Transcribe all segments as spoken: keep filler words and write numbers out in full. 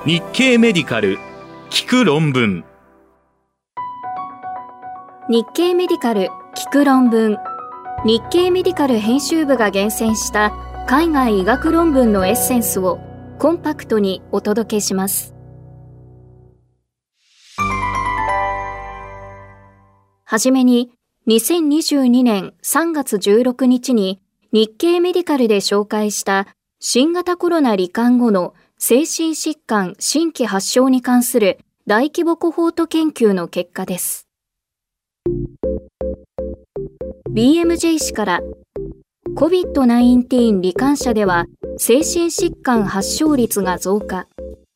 日経メディカル聞く論文。 日経メディカル聞く論文。日経メディカル編集部が厳選した海外医学論文のエッセンスをコンパクトにお届けします。はじめに、にせんにじゅうにねんさんがつじゅうろくにちに日経メディカルで紹介した新型コロナ罹患後の精神疾患新規発症に関する大規模コホート研究の結果です。ビーエムジェー 氏から コビッドナインティーン 罹患者では精神疾患発症率が増加。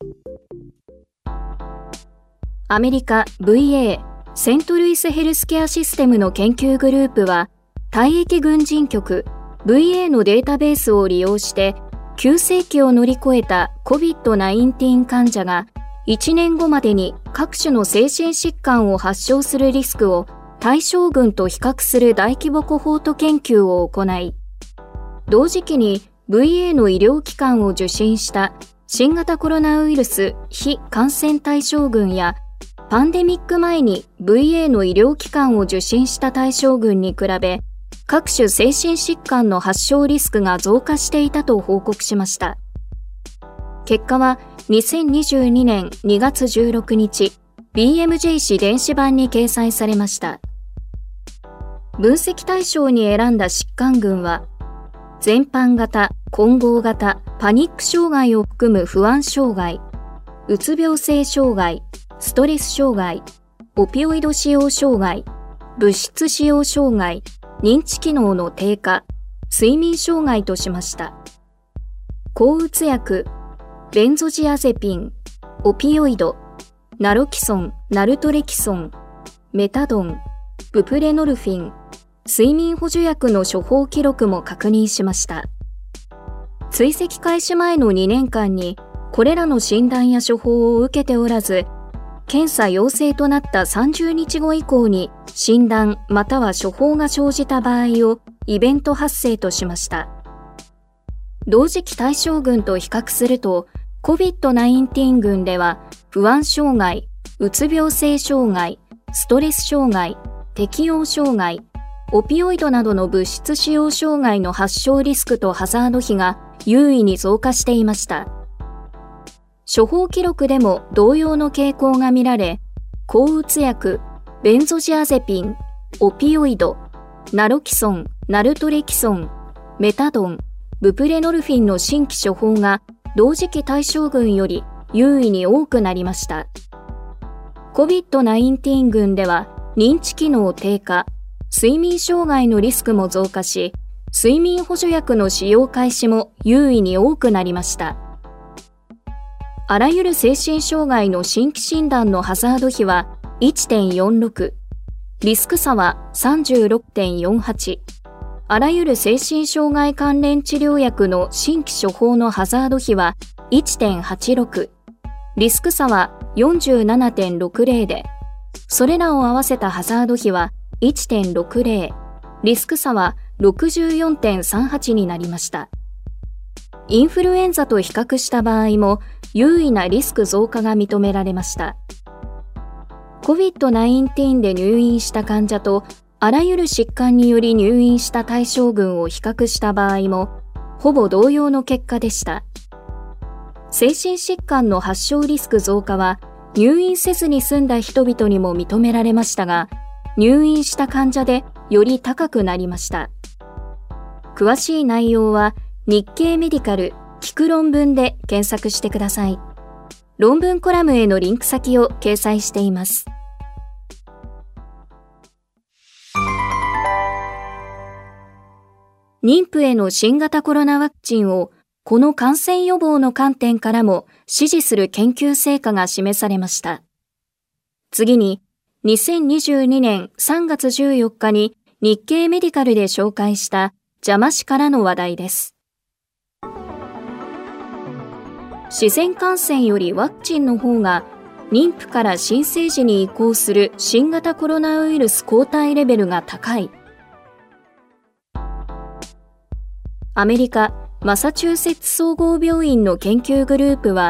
アメリカ ブイエー セントルイスヘルスケアシステムの研究グループは体液群人局 ブイエー のデータベースを利用して急性期を乗り越えた コビッドナインティーン 患者がいちねんごまでに各種の精神疾患を発症するリスクを対象群と比較する大規模コホート研究を行い、同時期に ブイエー の医療機関を受診した新型コロナウイルス非感染対象群やパンデミック前に ブイエー の医療機関を受診した対象群に比べ、各種精神疾患の発症リスクが増加していたと報告しました。結果はにせんにじゅうにねんにがつじゅうろくにち、ビーエムジェー 誌電子版に掲載されました。分析対象に選んだ疾患群は、全般型、混合型、パニック障害を含む不安障害、うつ病性障害、ストレス障害、オピオイド使用障害、物質使用障害、認知機能の低下、睡眠障害としました。抗うつ薬、ベンゾジアゼピン、オピオイド、ナロキソン、ナルトレキソン、メタドン、ブプレノルフィン、睡眠補助薬の処方記録も確認しました。追跡開始前のにねんかんにこれらの診断や処方を受けておらず、検査陽性となったさんじゅうにちご以降に診断または処方が生じた場合をイベント発生としました。同時期対象群と比較すると、コビッドナインティーン 群では不安障害、うつ病性障害、ストレス障害、適応障害、オピオイドなどの物質使用障害の発症リスクとハザード比が優位に増加していました。処方記録でも同様の傾向が見られ、抗うつ薬、ベンゾジアゼピン、オピオイド、ナロキソン、ナルトレキソン、メタドン、ブプレノルフィンの新規処方が同時期対象群より優位に多くなりました。コビッドナインティーン 群では認知機能低下、睡眠障害のリスクも増加し、睡眠補助薬の使用開始も優位に多くなりました。あらゆる精神障害の新規診断のハザード比は いってんよんろく、リスク差は さんじゅうろくてんよんはち、あらゆる精神障害関連治療薬の新規処方のハザード比は いってんはちろく、リスク差は よんじゅうななてんろくぜろ で、それらを合わせたハザード比は いってんろくぜろ、リスク差は ろくじゅうよんてんさんはち になりました。インフルエンザと比較した場合も優位なリスク増加が認められました。コビッドナインティーン で入院した患者とあらゆる疾患により入院した対象群を比較した場合もほぼ同様の結果でした。精神疾患の発症リスク増加は入院せずに済んだ人々にも認められましたが、入院した患者でより高くなりました。詳しい内容は日経メディカル聞く論文で検索してください。論文コラムへのリンク先を掲載しています。妊婦への新型コロナワクチンをこの感染予防の観点からも支持する研究成果が示されました。次に、にせんにじゅうにねんさんがつじゅうよっかに日経メディカルで紹介した邪魔死からの話題です。自然感染よりワクチンの方が妊婦から新生児に移行する新型コロナウイルス抗体レベルが高い。アメリカマサチューセッツ総合病院の研究グループは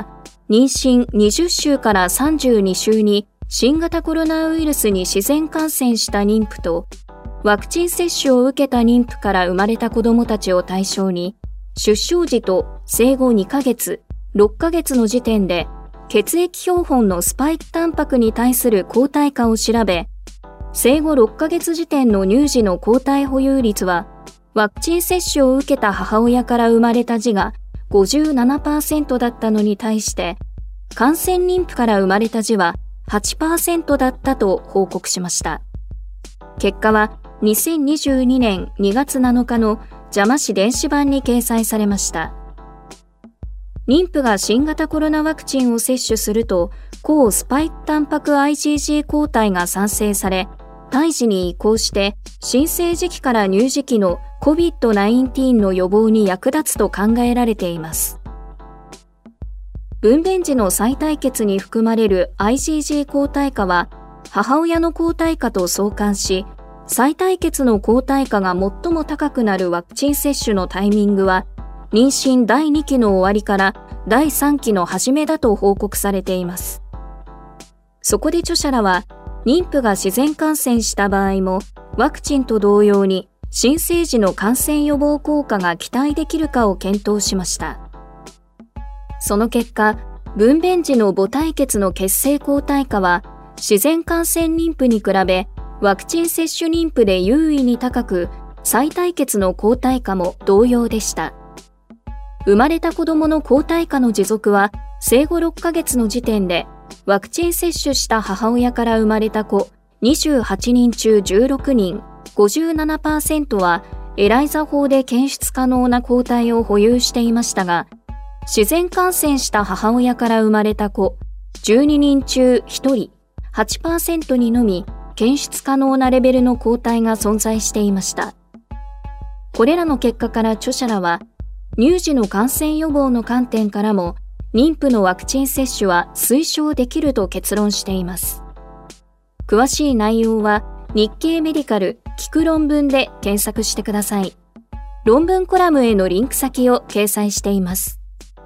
妊娠にじゅっ週からさんじゅうに週に新型コロナウイルスに自然感染した妊婦と、ワクチン接種を受けた妊婦から生まれた子どもたちを対象に、出生時と生後にかげつ、ろっかげつの時点で血液標本のスパイクタンパクに対する抗体価を調べ、生後ろっかげつ時点の乳児の抗体保有率は、ワクチン接種を受けた母親から生まれた児が ごじゅうななパーセント だったのに対して、感染妊婦から生まれた児は はちパーセント だったと報告しました。結果はにせんにじゅうにねんにがつなのかのジャマ紙電子版に掲載されました。妊婦が新型コロナワクチンを接種すると、抗スパイクタンパク アイジージー 抗体が産生され、胎児に移行して新生児期から乳児期の コビッドナインティーン の予防に役立つと考えられています。分娩時の再体血に含まれる アイジージー 抗体価は、母親の抗体価と相関し、再体血の抗体価が最も高くなるワクチン接種のタイミングは、妊娠だいにきの終わりからだいさんきの初めだと報告されています。そこで著者らは、妊婦が自然感染した場合も、ワクチンと同様に新生児の感染予防効果が期待できるかを検討しました。その結果、分娩時の母体血の血清抗体価は、自然感染妊婦に比べ、ワクチン接種妊婦で優位に高く、再体血の抗体価も同様でした。生まれた子供の抗体価の持続は、生後ろっかげつの時点で、ワクチン接種した母親から生まれた子にじゅうはちにん中じゅうろくにん、ごじゅうななパーセント はエライザ法で検出可能な抗体を保有していましたが、自然感染した母親から生まれた子じゅうににん中ひとり、はちパーセント にのみ検出可能なレベルの抗体が存在していました。これらの結果から著者らは、乳児の感染予防の観点からも、妊婦のワクチン接種は推奨できると結論しています。詳しい内容は日経メディカル聞く論文で検索してください。論文コラムへのリンク先を掲載しています。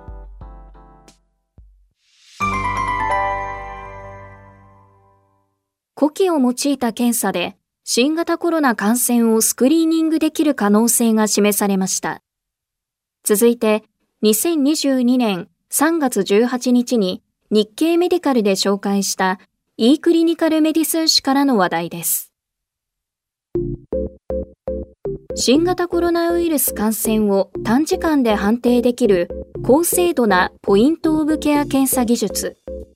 呼気を用いた検査で新型コロナ感染をスクリーニングできる可能性が示されました。続いて、にせんにじゅうにねんさんがつじゅうはちにちに日経メディカルで紹介した e クリニカルメディスン誌からの話題です。新型コロナウイルス感染を短時間で判定できる高精度なポイントオブケア検査技術。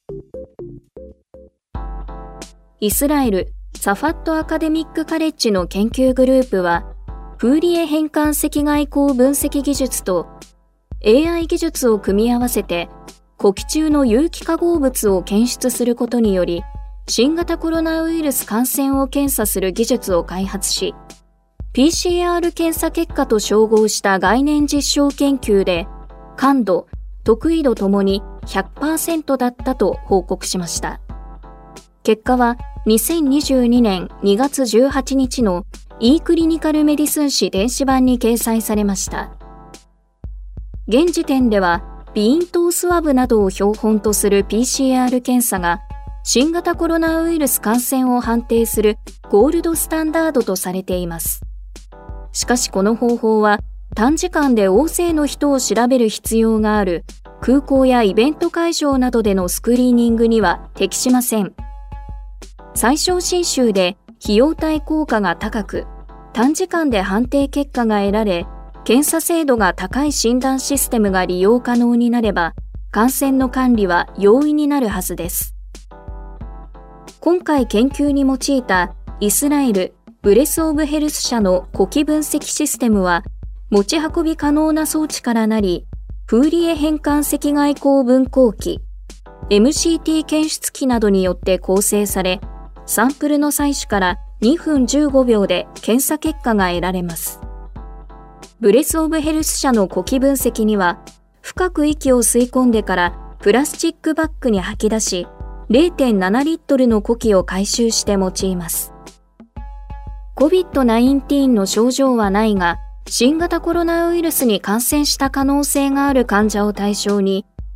イスラエル・サファットアカデミックカレッジの研究グループは、フーリエ変換赤外光分析技術と エーアイ 技術を組み合わせて、呼気中の有機化合物を検出することにより、新型コロナウイルス感染を検査する技術を開発し、ピーシーアール 検査結果と照合した概念実証研究で、感度、特異度ともに ひゃくパーセント だったと報告しました。結果はにせんにじゅうにねんにがつじゅうはちにちの e クリニカルメディスン誌電子版に掲載されました。現時点では、鼻咽頭スワブなどを標本とする ピーシーアール 検査が、新型コロナウイルス感染を判定するゴールドスタンダードとされています。しかしこの方法は、短時間で大勢の人を調べる必要がある空港やイベント会場などでのスクリーニングには適しません。最小侵襲で費用対効果が高く、短時間で判定結果が得られ、検査精度が高い診断システムが利用可能になれば、感染の管理は容易になるはずです。今回研究に用いたイスラエル・ブレスオブヘルス社の呼気分析システムは、持ち運び可能な装置からなり、フーリエ変換赤外光分光器、エムシーティー 検出器などによって構成され、サンプルの採取からにふんじゅうごびょうで検査結果が得られます。ブレスオブヘルス社の呼気分析には、深く息を吸い込んでからプラスチックバッグに吐き出し、れいてんなな リットルの呼気を回収して用います。コビッドナインティーン の症状はないが、新型コロナウイルスに感染した可能性がある患者を対象に、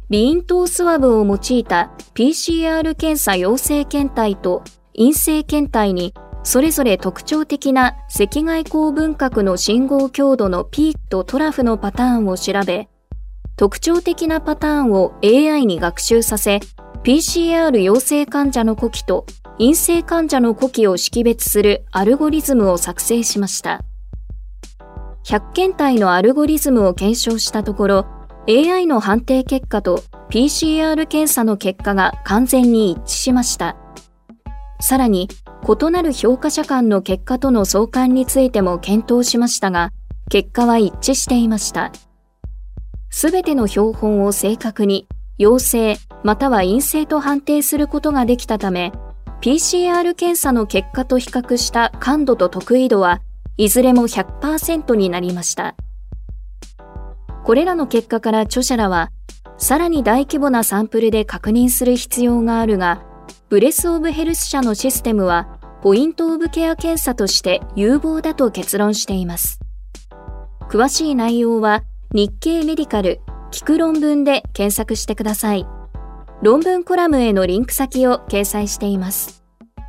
鼻咽頭スワブを用いた ピーシーアール 検査陽性検体と陰性検体にそれぞれ特徴的な赤外光分割の信号強度のピークとトラフのパターンを調べ、特徴的なパターンを エーアイ に学習させ、ピーシーアール 陽性患者の呼気と陰性患者の呼気を識別するアルゴリズムを作成しました。ひゃく検体のアルゴリズムを検証したところ、エーアイ の判定結果と ピーシーアール 検査の結果が完全に一致しました。さらに、異なる評価者間の結果との相関についても検討しましたが、結果は一致していました。すべての標本を正確に陽性または陰性と判定することができたため、ピーシーアール 検査の結果と比較した感度と特異度はいずれも ひゃくパーセント になりました。これらの結果から著者らは、さらに大規模なサンプルで確認する必要があるが、ブレスオブヘルス社のシステムはポイントオブケア検査として有望だと結論しています。詳しい内容は日経メディカル聞く論文で検索してください。論文コラムへのリンク先を掲載しています。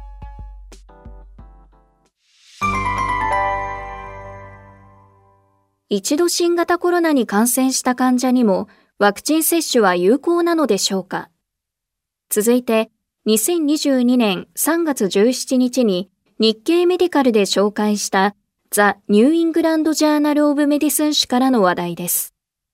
一度新型コロナに感染した患者にもワクチン接種は有効なのでしょうか。続いて、にせんにじゅうにねんさんがつじゅうしちにちに日経メディカルで紹介したザ・ニューイングランド・ジャーナル・オブ・メディスン誌からの話題です。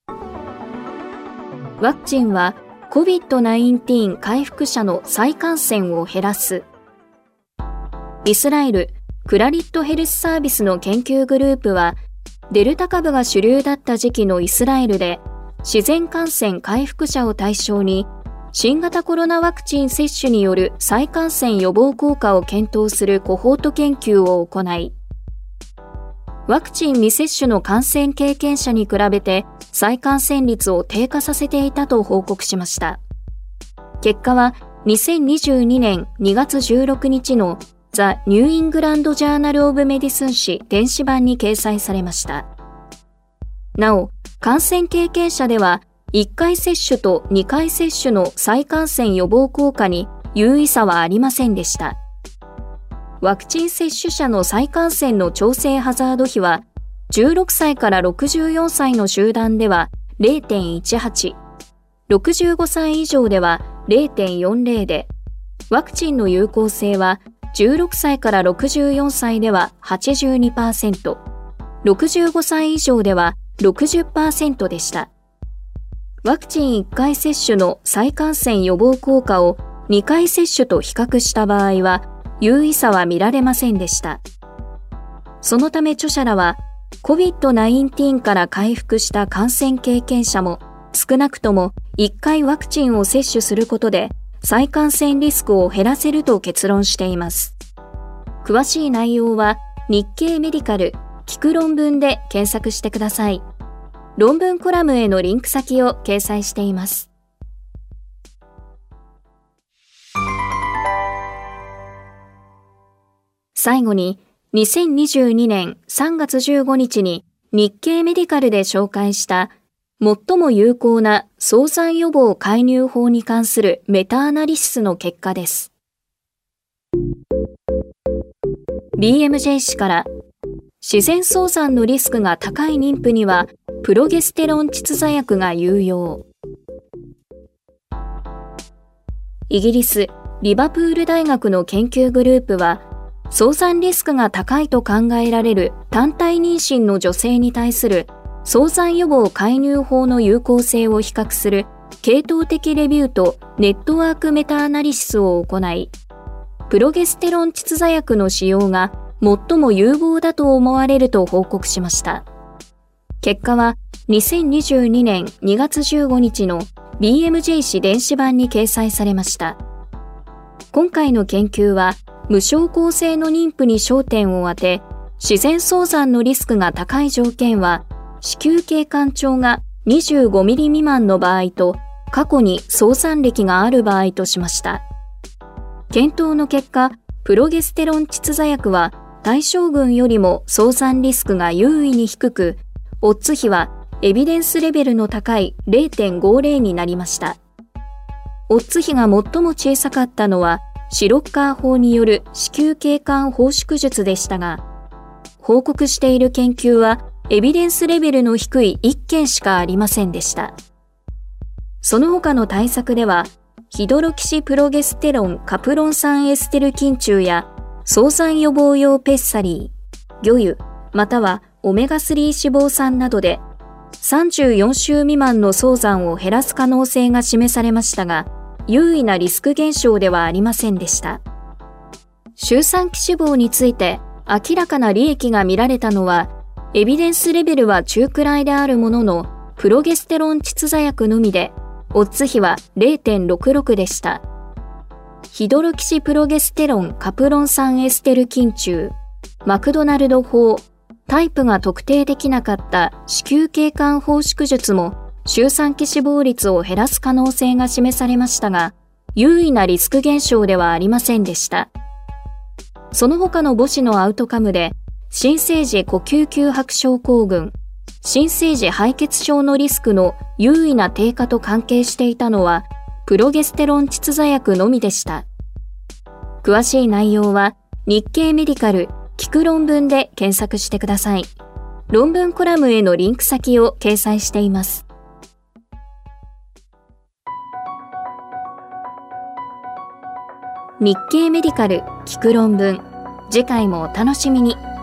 ワクチンは コビッドナインティーン 回復者の再感染を減らす。イスラエル・クラリットヘルスサービスの研究グループは、デルタ株が主流だった時期のイスラエルで自然感染回復者を対象に新型コロナワクチン接種による再感染予防効果を検討するコホート研究を行い、ワクチン未接種の感染経験者に比べて再感染率を低下させていたと報告しました。結果はにせんにじゅうにねんにがつじゅうろくにちのザ・ニューイングランド・ジャーナル・オブ・メディスン誌電子版に掲載されました。なお、感染経験者ではいっかい接種とにかい接種の再感染予防効果に有意差はありませんでした。ワクチン接種者の再感染の調整ハザード比は、じゅうろくさいからろくじゅうよんさいの集団では れいてんいちはち、ろくじゅうごさい以上では れいてんよんぜろ で、ワクチンの有効性はじゅうろくさいからろくじゅうよんさいでは はちじゅうにパーセント、ろくじゅうごさい以上では ろくじゅっパーセント でした。ワクチンいっかい接種の再感染予防効果をにかい接種と比較した場合は、有意差は見られませんでした。そのため著者らは、コビッドナインティーン から回復した感染経験者も少なくともいっかいワクチンを接種することで再感染リスクを減らせると結論しています。詳しい内容は日経メディカル聞く論文で検索してください。論文コラムへのリンク先を掲載しています。最後に、にせんにじゅうにねんさんがつじゅうごにちに日経メディカルで紹介した最も有効な早産予防介入法に関するメタアナリシスの結果です。ビーエムジェー 氏から、自然早産のリスクが高い妊婦にはプロゲステロン窒座薬が有用。イギリス・リバプール大学の研究グループは、早産リスクが高いと考えられる単体妊娠の女性に対する早産予防介入法の有効性を比較する系統的レビューとネットワークメタアナリシスを行い、プロゲステロン窒座薬の使用が最も有望だと思われると報告しました。結果はにせんにじゅうにねんにがつじゅうごにちの ビーエムジェー 誌電子版に掲載されました。今回の研究は無症候性の妊婦に焦点を当て、自然早産のリスクが高い条件は、子宮頸管長がにじゅうごミリ未満の場合と、過去に早産歴がある場合としました。検討の結果、プロゲステロン窒座薬は対象群よりも早産リスクが優位に低く、オッズ比はエビデンスレベルの高い ゼロてんごゼロ になりました。オッズ比が最も小さかったのはシロッカー法による子宮頸管放縮術でしたが、報告している研究はエビデンスレベルの低いいっけんしかありませんでした。その他の対策では、ヒドロキシプロゲステロンカプロン酸エステル筋注や早産予防用ペッサリー、魚油、またはオメガスリー脂肪酸などでさんじゅうよん週未満の早産を減らす可能性が示されましたが、有意なリスク減少ではありませんでした。周産期脂肪について明らかな利益が見られたのは、エビデンスレベルは中くらいであるものの、プロゲステロン窒座薬のみで、オッズ比は ゼロてんろくろく でした。ヒドロキシプロゲステロンカプロン酸エステル筋注、マクドナルド法、タイプが特定できなかった子宮頸管放縮術も周産期死亡率を減らす可能性が示されましたが、有意なリスク減少ではありませんでした。その他の母子のアウトカムで、新生児呼吸窮迫症候群、新生児敗血症のリスクの有意な低下と関係していたのは、プロゲステロン窒座薬のみでした。詳しい内容は、日経メディカル聞く論文で検索してください。論文コラムへのリンク先を掲載しています。日経メディカル聞く論文。次回もお楽しみに。